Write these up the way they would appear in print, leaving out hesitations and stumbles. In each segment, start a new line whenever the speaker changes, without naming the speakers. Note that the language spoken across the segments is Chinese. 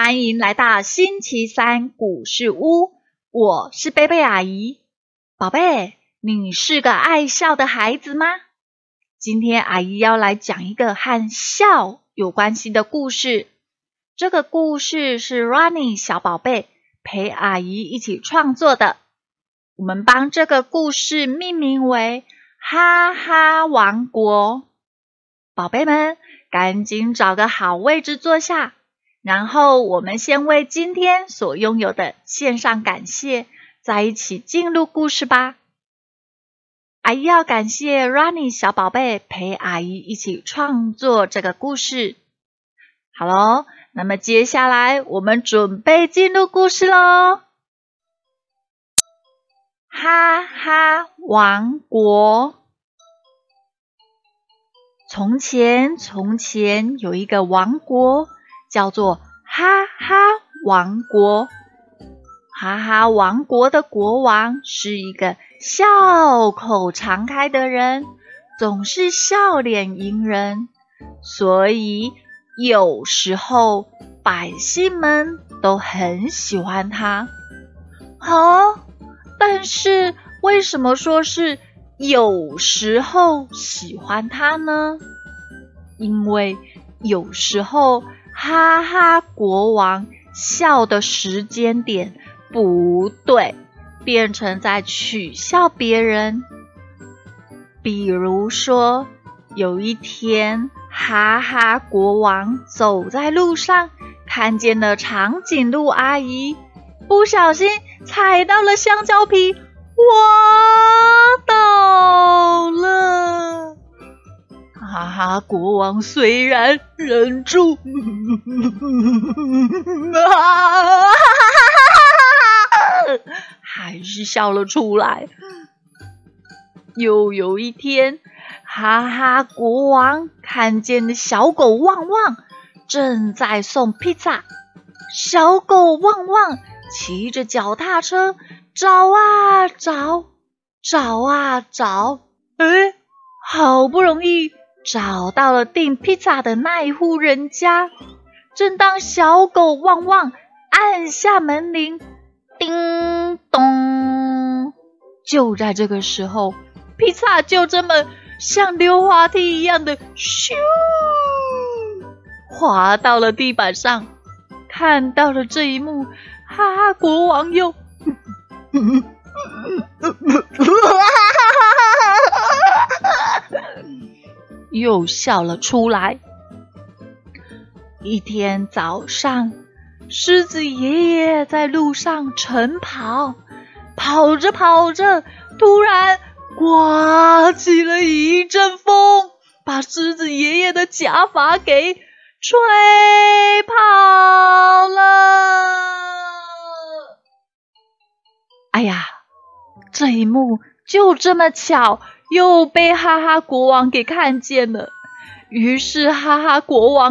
欢迎来到星期三故事屋，我是贝贝阿姨。宝贝，你是个爱笑的孩子吗？今天阿姨要来讲一个和笑有关系的故事。这个故事是 Ronnie 小宝贝陪阿姨一起创作的。我们帮这个故事命名为哈哈王国。宝贝们，赶紧找个好位置坐下，然后我们先为今天所拥有的献上感谢，再一起进入故事吧。阿姨要感谢 Ronnie 小宝贝陪阿姨一起创作这个故事。好咯，那么接下来我们准备进入故事咯。哈哈王国。从前有一个王国，叫做哈哈王国。哈哈王国的国王是一个笑口常开的人，总是笑脸迎人，所以有时候百姓们都很喜欢他。但是为什么说是有时候喜欢他呢？因为有时候哈哈国王笑的时间点不对，变成在取笑别人。比如说，有一天哈哈国王走在路上，看见了长颈鹿阿姨，不小心踩到了香蕉皮，滑倒了。哈哈国王虽然忍住还是笑了出来。又有一天，哈哈国王看见了小狗旺旺正在送披萨。小狗旺旺骑着脚踏车找啊找，找啊找，好不容易找到了订披萨的那一户人家。正当小狗旺旺按下门铃，叮咚，就在这个时候，披萨就这么像溜滑梯一样的咻滑到了地板上。看到了这一幕，哈哈国王又笑了出来。一天早上，狮子爷爷在路上晨跑，跑着跑着，突然刮起了一阵风，把狮子爷爷的假发给吹跑了。哎呀，这一幕就这么巧又被哈哈国王给看见了。于是哈哈国王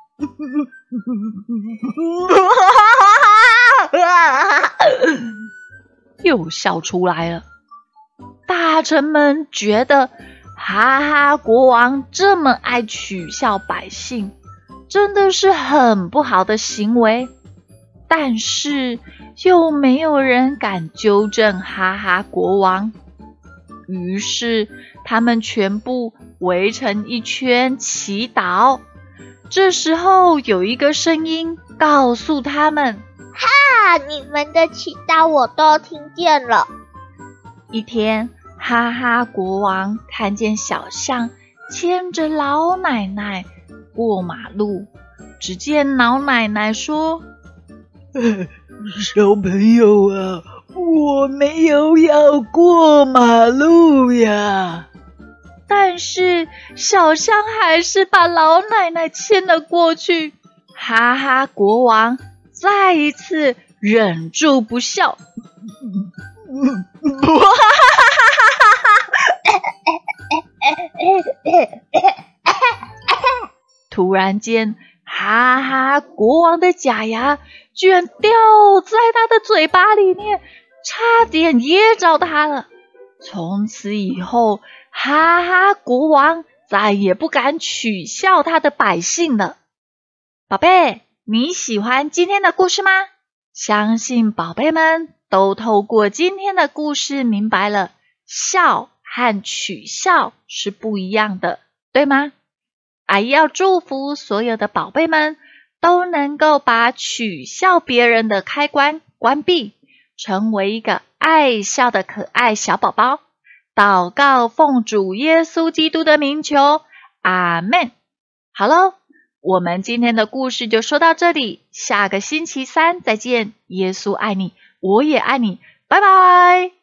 又笑出来了。大臣们觉得哈哈国王这么爱取笑百姓，真的是很不好的行为，但是又没有人敢纠正哈哈国王。于是他们全部围成一圈祈祷。这时候有一个声音告诉他们，
你们的祈祷我都听见了。
一天，哈哈国王看见小象牵着老奶奶过马路，只见老奶奶说，
小朋友啊，我没有要过马路呀。
但是小象还是把老奶奶牵了过去。哈哈国王再一次忍住不笑。突然间，哈哈国王的假牙居然掉在他的嘴巴里面，差点噎着他了。从此以后，哈哈国王再也不敢取笑他的百姓了。宝贝， 你喜欢今天的故事吗？相信宝贝们都透过今天的故事明白了笑和取笑是不一样的，对吗？阿姨要祝福所有的宝贝们都能够把取笑别人的开关关闭，成为一个爱笑的可爱小宝宝。祷告奉主耶稣基督的名求，阿们。好咯，我们今天的故事就说到这里，下个星期三再见。耶稣爱你，我也爱你，拜拜。